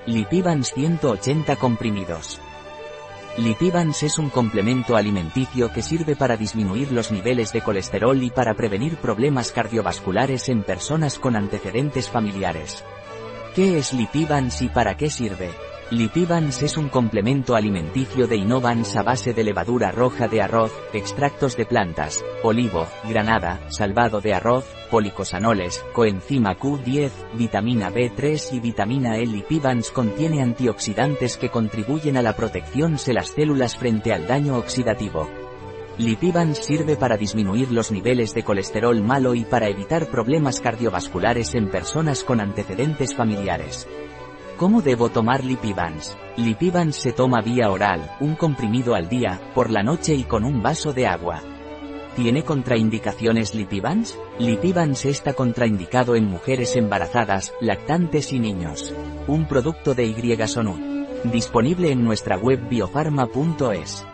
Lipivans 180 comprimidos. Lipivans es un complemento alimenticio que sirve para disminuir los niveles de colesterol y para prevenir problemas cardiovasculares en personas con antecedentes familiares. ¿Qué es Lipivans y para qué sirve? Lipivans es un complemento alimenticio de Innovans a base de levadura roja de arroz, extractos de plantas, olivo, granada, salvado de arroz, policosanoles, coenzima Q10, vitamina B3 y vitamina E. Lipivans contiene antioxidantes que contribuyen a la protección de las células frente al daño oxidativo. Lipivans sirve para disminuir los niveles de colesterol malo y para evitar problemas cardiovasculares en personas con antecedentes familiares. ¿Cómo debo tomar Lipivans? Lipivans se toma vía oral, un comprimido al día, por la noche y con un vaso de agua. ¿Tiene contraindicaciones Lipivans? Lipivans está contraindicado en mujeres embarazadas, lactantes y niños. Un producto de Y-Sonut. Disponible en nuestra web biofarma.es.